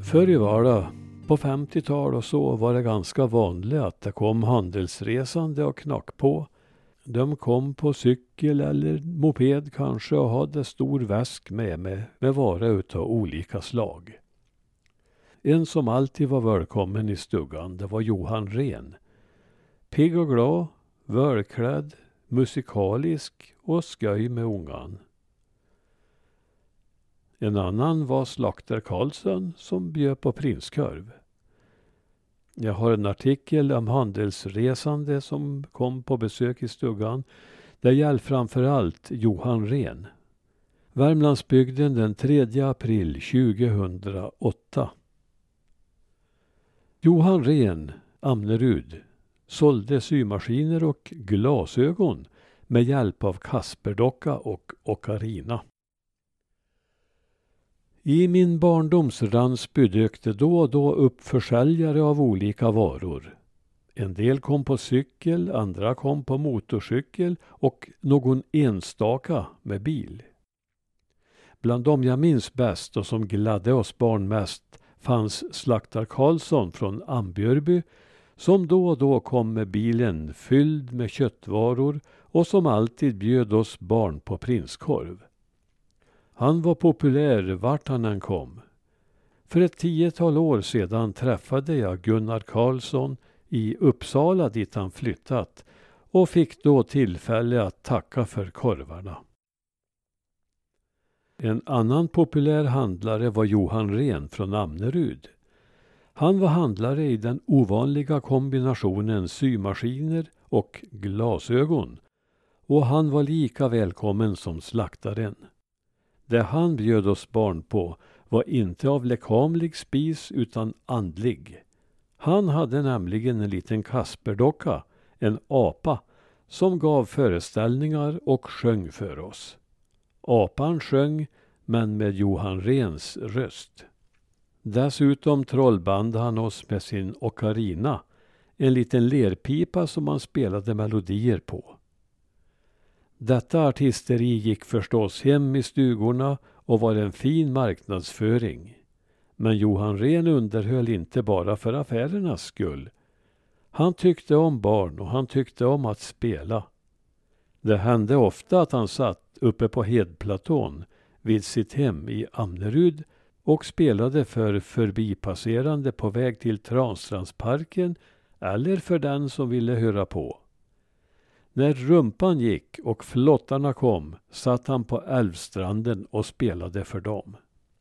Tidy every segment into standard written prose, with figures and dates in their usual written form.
Förr i världen, på 50-tal och så, var det ganska vanligt att det kom handelsresande och knack på. De kom på cykel eller moped kanske och hade stor väsk med varor utav olika slag. En som alltid var välkommen i stugan, det var Johan Rehn. Pigg och glad, välklädd, musikalisk och sköj med ungan. En annan var Slakter Karlsson som bjöd på prinskorv. Jag har en artikel om handelsresande som kom på besök i stugan. Det gäller framförallt Johan Rehn. Värmlandsbygden den 3 april 2008. Johan Rehn, Amnerud, sålde symaskiner och glasögon med hjälp av Kasperdocka och ocarina. I min barndoms Ransby dök det då och då upp försäljare av olika varor. En del kom på cykel, andra kom på motorcykel och någon enstaka med bil. Bland dem jag minns bäst och som gladde oss barn mest fanns Slakter Karlsson från Ambjörby som då och då kom med bilen fylld med köttvaror och som alltid bjöd oss barn på prinskorv. Han var populär vart han än kom. För ett 10-tal år sedan träffade jag Gunnar Karlsson i Uppsala dit han flyttat och fick då tillfälle att tacka för korvarna. En annan populär handlare var Johan Rehn från Amnerud. Han var handlare i den ovanliga kombinationen symaskiner och glasögon och han var lika välkommen som slaktaren. Det han bjöd oss barn på var inte av lekamlig spis utan andlig. Han hade nämligen en liten Kasperdocka, en apa, som gav föreställningar och sjöng för oss. Apan sjöng, men med Johan Rehns röst. Dessutom trollband han oss med sin ocarina, en liten lerpipa som han spelade melodier på. Detta artisteri gick förstås hem i stugorna och var en fin marknadsföring. Men Johan Rehn underhöll inte bara för affärernas skull. Han tyckte om barn och han tyckte om att spela. Det hände ofta att han satt uppe på Hedplatån vid sitt hem i Amnerud och spelade för förbipasserande på väg till Transtrandsparken eller för den som ville höra på. När rumpan gick och flottarna kom satt han på älvstranden och spelade för dem.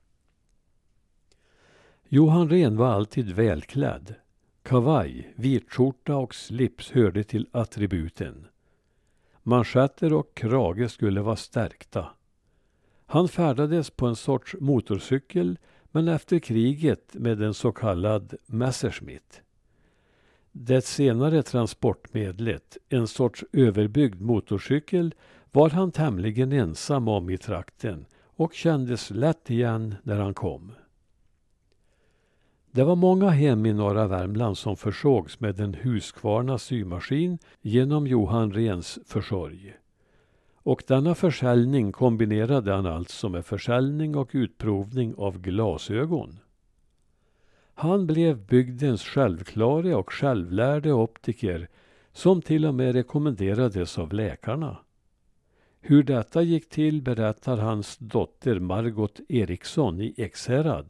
Johan Rehn var alltid välklädd. Kavaj, vitskjorta och slips hörde till attributen. Manschetter och krage skulle vara stärkta. Han färdades på en sorts motorcykel men efter kriget med en så kallad Messerschmitt. Det senare transportmedlet, en sorts överbyggd motorcykel, var han tämligen ensam om i trakten och kändes lätt igen när han kom. Det var många hem i norra Värmland som försågs med en Husqvarna symaskin genom Johan Rehns försorg. Och denna försäljning kombinerade han alltså med försäljning och utprovning av glasögon. Han blev bygdens självklare och självlärde optiker som till och med rekommenderades av läkarna. Hur detta gick till berättar hans dotter Margot Eriksson i Ekshärad.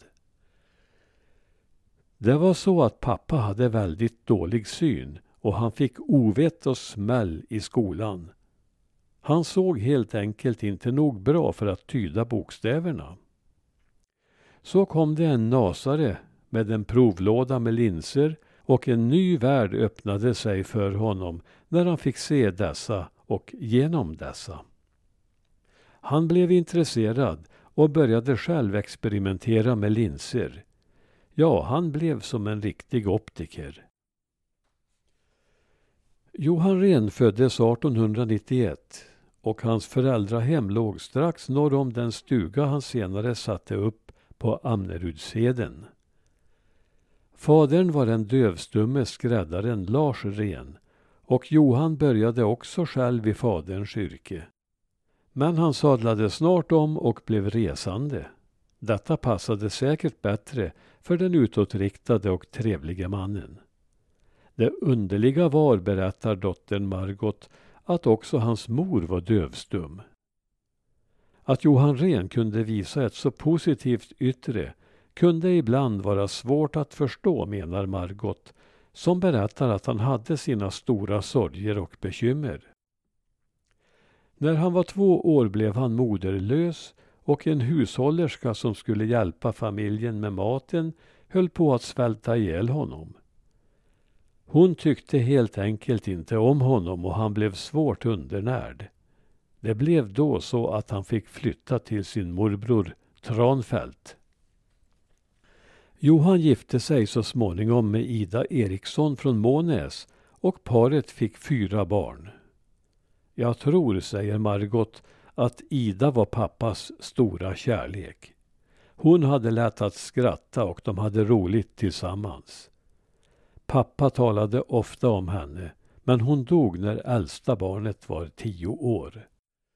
Det var så att pappa hade väldigt dålig syn och han fick ovett och smäll i skolan. Han såg helt enkelt inte nog bra för att tyda bokstäverna. Så kom det en nasare med en provlåda med linser och en ny värld öppnade sig för honom när han fick se dessa och genom dessa. Han blev intresserad och började själv experimentera med linser. Ja, han blev som en riktig optiker. Johan Rehn föddes 1891 och hans föräldrahem låg strax norr om den stuga han senare satte upp på Amnerudsheden. Fadern var den dövstumme skräddaren Lars Rehn och Johan började också själv i faderns yrke. Men han sadlade snart om och blev resande. Detta passade säkert bättre för den utåtriktade och trevliga mannen. Det underliga var, berättar dottern Margot, att också hans mor var dövstum. Att Johan Rehn kunde visa ett så positivt yttre kunde ibland vara svårt att förstå, menar Margot, som berättar att han hade sina stora sorger och bekymmer. När han var 2 år blev han moderlös och en hushållerska som skulle hjälpa familjen med maten höll på att svälta ihjäl honom. Hon tyckte helt enkelt inte om honom och han blev svårt undernärd. Det blev då så att han fick flytta till sin morbror Tranfält. Johan gifte sig så småningom med Ida Eriksson från Månäs och paret fick 4 barn. Jag tror, säger Margot, att Ida var pappas stora kärlek. Hon hade lätt att skratta och de hade roligt tillsammans. Pappa talade ofta om henne, men hon dog när äldsta barnet var 10 år.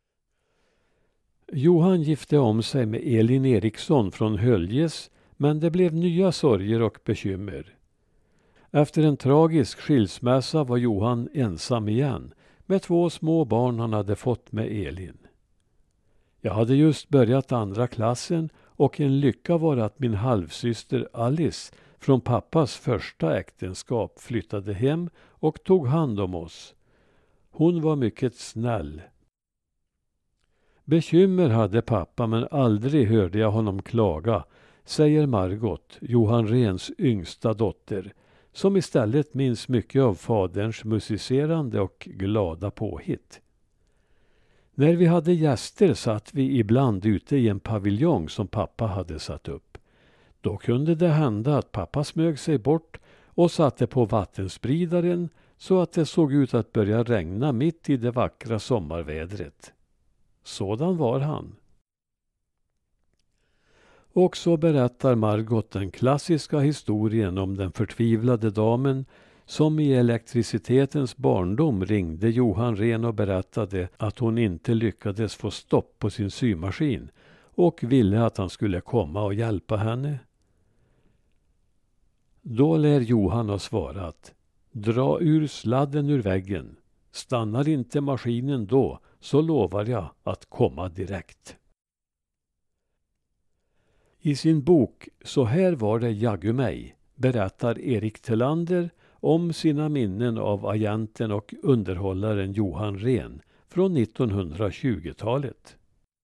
Johan gifte om sig med Elin Eriksson från Höljes, men det blev nya sorger och bekymmer. Efter en tragisk skilsmässa var Johan ensam igen med 2 små barn han hade fått med Elin. Jag hade just börjat 2:a klassen och en lycka var att min halvsyster Alice från pappas första äktenskap flyttade hem och tog hand om oss. Hon var mycket snäll. Bekymmer hade pappa, men aldrig hörde jag honom klaga, säger Margot, Johan Rehns yngsta dotter, som istället minns mycket av faderns musicerande och glada påhitt. När vi hade gäster satt vi ibland ute i en paviljong som pappa hade satt upp. Då kunde det hända att pappa smög sig bort och satte på vattenspridaren så att det såg ut att börja regna mitt i det vackra sommarvädret. Sådan var han. Och så berättar Margot den klassiska historien om den förtvivlade damen som i elektricitetens barndom ringde Johan Rehn och berättade att hon inte lyckades få stopp på sin symaskin och ville att han skulle komma och hjälpa henne. Då lär Johan ha svarat: dra ur sladden ur väggen. Stannar inte maskinen då, så lovar jag att komma direkt. I sin bok Så här var det jaggu mig berättar Erik Thelander om sina minnen av agenten och underhållaren Johan Rehn från 1920-talet.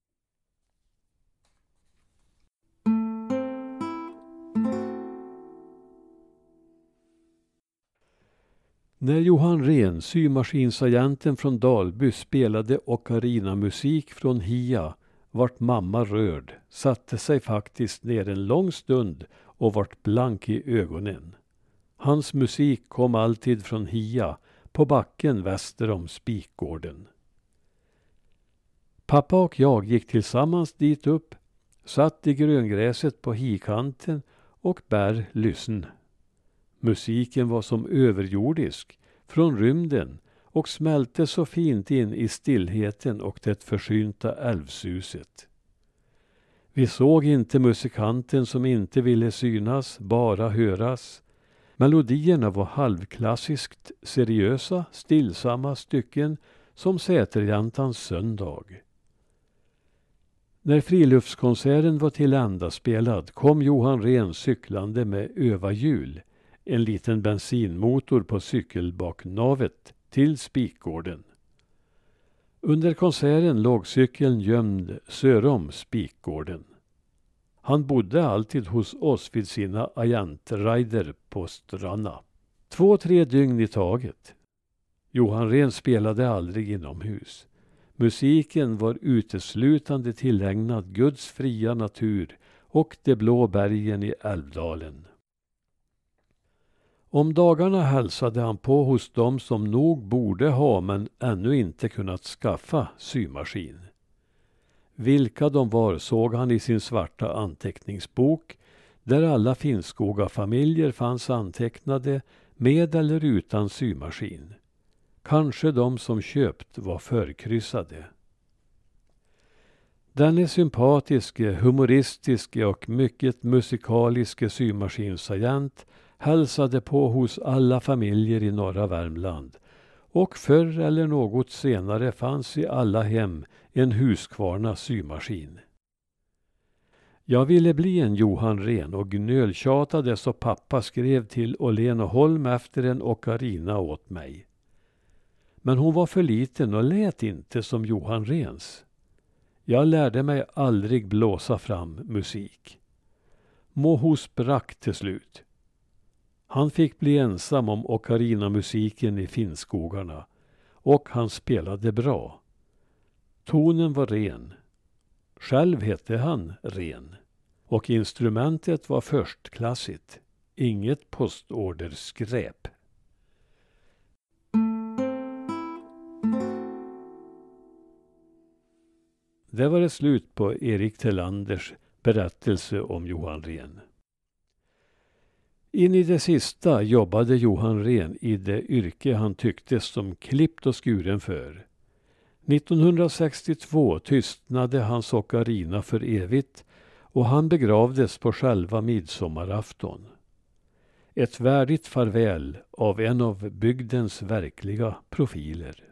När Johan Rehn, symaskinsagenten från Dalby, spelade ocarina-musik från Hia vart mamma rörd, satte sig faktiskt ner en lång stund och vart blank i ögonen. Hans musik kom alltid från Hia, på backen väster om Spikgården. Pappa och jag gick tillsammans dit upp, satt i gröngräset på hikanten och lyssn. Musiken var som överjordisk, från rymden, och smälte så fint in i stillheten och det försynta älvsuset. Vi såg inte musikanten som inte ville synas, bara höras. Melodierna var halvklassiskt seriösa, stillsamma stycken som Säterjäntans söndag. När friluftskonserten var till ända spelad kom Johan Rehn cyklande med övahjul, en liten bensinmotor på cykelbaknavet, till Spikgården. Under konserten låg cykeln gömd sörom Spikgården. Han bodde alltid hos oss vid sina agentrider på Stranna. 2-3 dygn i taget. Johan Rehn spelade aldrig inomhus. Musiken var uteslutande tillägnad Guds fria natur och de blå bergen i Älvdalen. Om dagarna hälsade han på hos dem som nog borde ha men ännu inte kunnat skaffa symaskin. Vilka de var såg han i sin svarta anteckningsbok, där alla Finnskoga-familjer fanns antecknade med eller utan symaskin. Kanske de som köpt var förkryssade. Denne sympatiske, humoristiske och mycket musikaliske symaskinsagent hälsade på hos alla familjer i norra Värmland, och förr eller något senare fanns i alla hem en Husqvarna symaskin. Jag ville bli en Johan Rehn och gnöltjatade så pappa skrev till Åhlén och Holm efter en ocarina åt mig. Men hon var för liten och lät inte som Johan Rehns. Jag lärde mig aldrig blåsa fram musik. Moho sprack till slut. Han fick bli ensam om ocarina-musiken i Finnskogarna, och han spelade bra. Tonen var ren. Själv hette han Rehn. Och instrumentet var förstklassigt. Inget postorderskräp. Det var det slut på Erik Tillanders berättelse om Johan Rehn. In i det sista jobbade Johan Rehn i det yrke han tyckte som klippt och skuren för. 1962 tystnade hans ocarina för evigt och han begravdes på själva midsommarafton. Ett värdigt farväl av en av bygdens verkliga profiler.